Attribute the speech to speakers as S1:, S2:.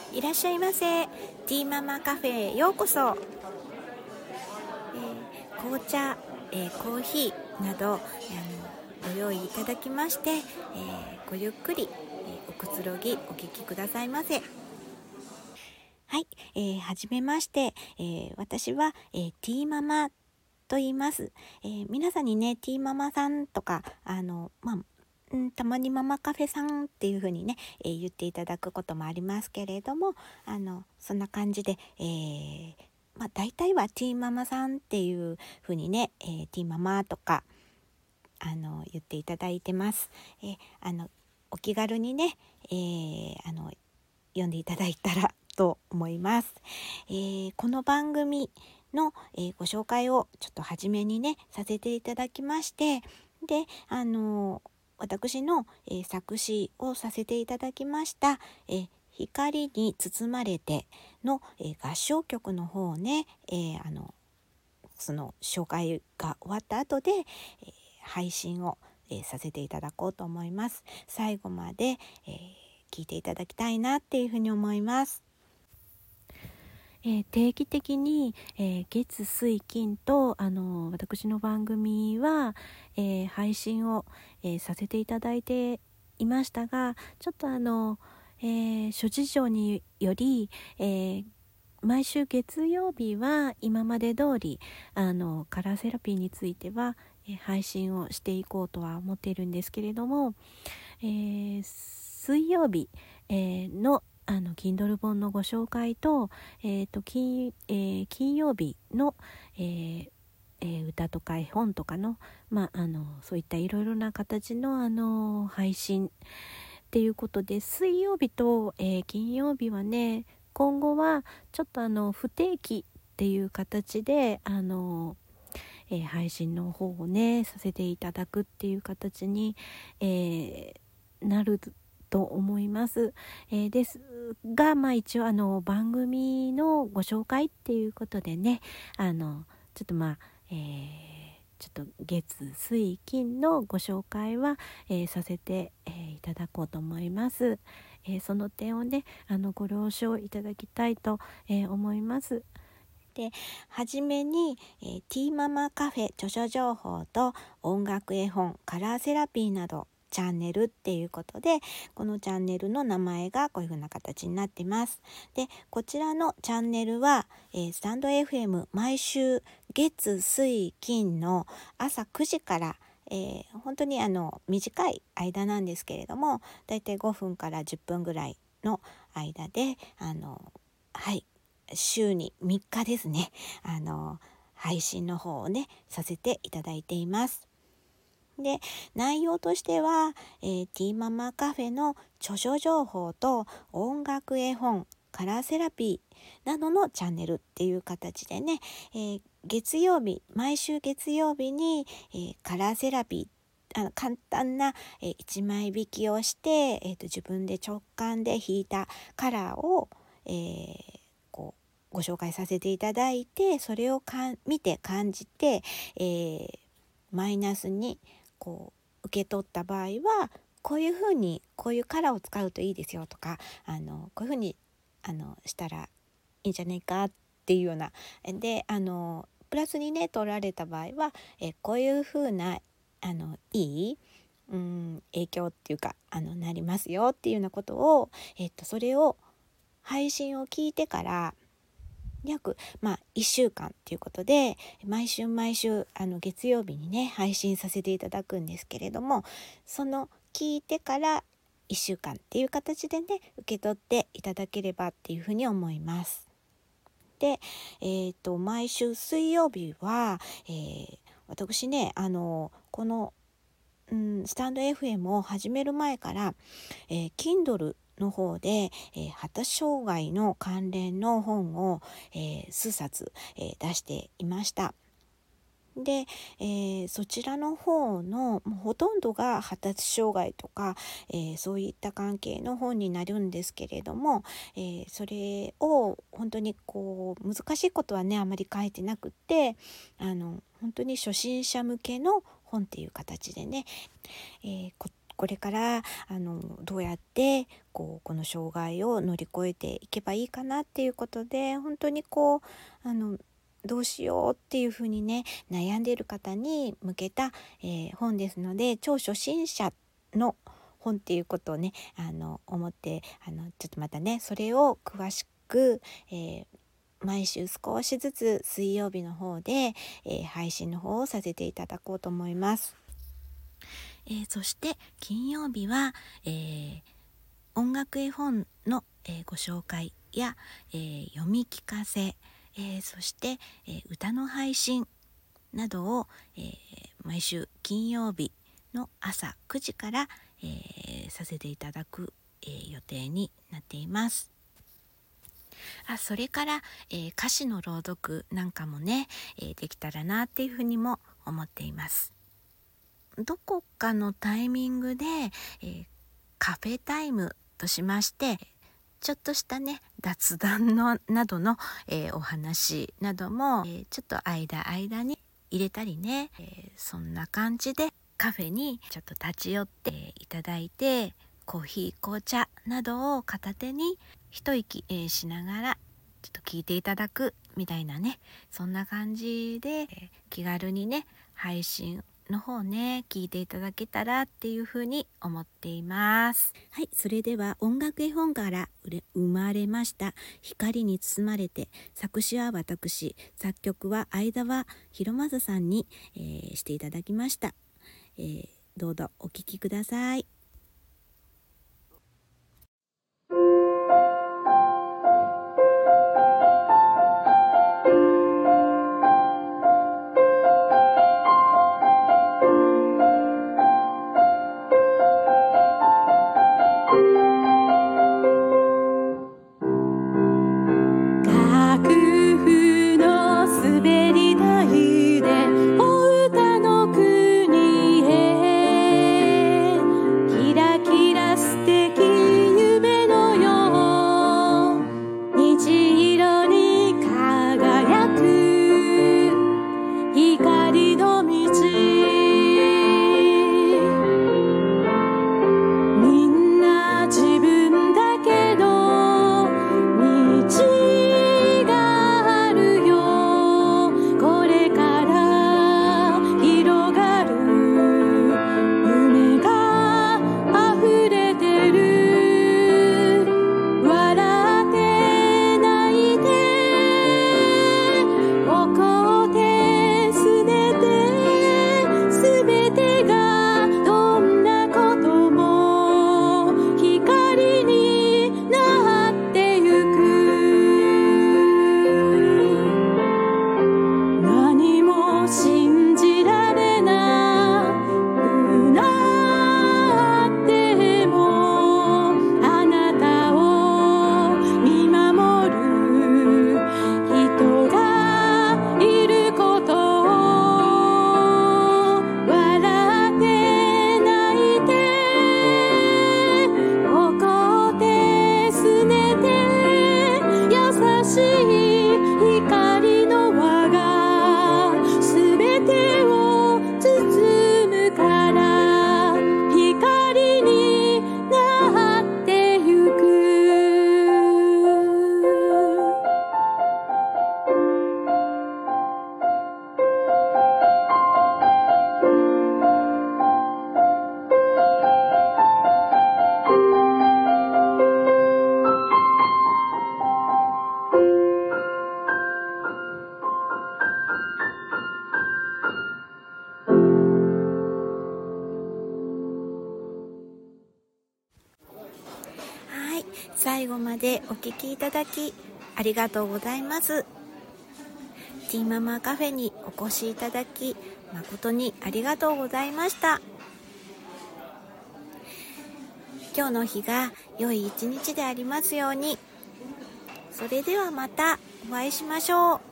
S1: いらっしゃいませ。ティーママカフェへようこそ。紅茶、コーヒーなどご用意いただきまして、ごゆっくり、おくつろぎお聞きくださいませ。はい、はじめまして、私は、ティーママと言います。皆さんにねティーママさんとかたまにママカフェさんっていう風にね、言っていただくこともありますけれども、そんな感じで、大体はティーママさんっていう風にね、ティーママとか言っていただいてます。お気軽にね、読んでいただいたらと思います。この番組の、ご紹介をちょっと初めにねさせていただきまして、で私の、作詞をさせていただきました、光に包まれての、合唱曲の方をね、その紹介が終わった後で、配信を、させていただこうと思います。最後まで、聞いていただきたいなっていうふうに思います。定期的に、月水金と私の番組は、配信を、させていただいていましたが、ちょっと諸事情により、毎週月曜日は今まで通りカラーセラピーについては、配信をしていこうとは思っているんですけれども、水曜日、のKindle 本のご紹介と、金曜日の、歌とか絵本とかの、そういったいろいろな形の、配信っていうことで、水曜日と、金曜日はね、今後はちょっと不定期っていう形で配信の方をねさせていただくっていう形に、なると思います。ですが、一応番組のご紹介っていうことでね、ちょっとちょっと月水金のご紹介は、させて、いただこうと思います。その点をねご了承いただきたいと、思います。で、はじめに、ティーママカフェ著書情報と音楽絵本カラーセラピーなどチャンネルっていうことで、このチャンネルの名前がこういう風な形になってます。で、こちらのチャンネルは、スタンド FM 毎週月水金の朝9時から、本当に短い間なんですけれども、だいたい5分から10分ぐらいの間で週に3日ですね、配信の方をねさせていただいています。で、内容としては、ティーママカフェの著書情報と音楽絵本カラーセラピーなどのチャンネルっていう形でね、毎週月曜日に、カラーセラピー簡単な、1枚引きをして、自分で直感で引いたカラーを、ご紹介させていただいて、それを見て感じて、マイナスに受け取った場合はこういうふうにこういうカラーを使うといいですよとか、こういうふうにしたらいいんじゃないかっていうようなでプラスにね取られた場合は、こういうふうないい影響っていうかなりますよっていうようなことを、それを配信を聞いてから約1週間っていうことで毎週月曜日にね配信させていただくんですけれども、その聞いてから1週間っていう形でね受け取っていただければっていうふうに思います。で、毎週水曜日は、私ねこのスタンド FM を始める前から、Kindle の方で、発達障害の関連の本を、数冊、出していました。で、そちらの方のもうほとんどが発達障害とか、そういった関係の本になるんですけれども、それを本当に難しいことはねあまり書いてなくって本当に初心者向けの本っていう形でね、 これからどうやってこの障害を乗り越えていけばいいかなっていうことで、本当にどうしようっていうふうにね悩んでいる方に向けた、本ですので、超初心者の本っていうことをね思ってちょっとまたねそれを詳しく、毎週少しずつ水曜日の方で、配信の方をさせていただこうと思います。そして金曜日は、音楽絵本の、ご紹介や、読み聞かせ、そして、歌の配信などを、毎週金曜日の朝9時から、させていただく、予定になっています。それから、歌詞の朗読なんかもね、できたらなっていうふうにも思っています。どこかのタイミングで、カフェタイムとしましてちょっとしたね雑談などの、お話なども、ちょっと間に入れたりね、そんな感じでカフェにちょっと立ち寄っていただいて、コーヒー紅茶などを片手に一息、しながらちょっと聞いていただくみたいなね、そんな感じで、気軽にね配信の方ね聞いていただけたらっていうふうに思っています。はい、それでは音楽絵本から生まれました光に包まれて、作詞は私、作曲は相沢博正さんに、していただきました。どうぞお聴きください。最後までお聞きいただきありがとうございます。ティーママカフェにお越しいただき誠にありがとうございました。今日の日が良い一日でありますように。それではまたお会いしましょう。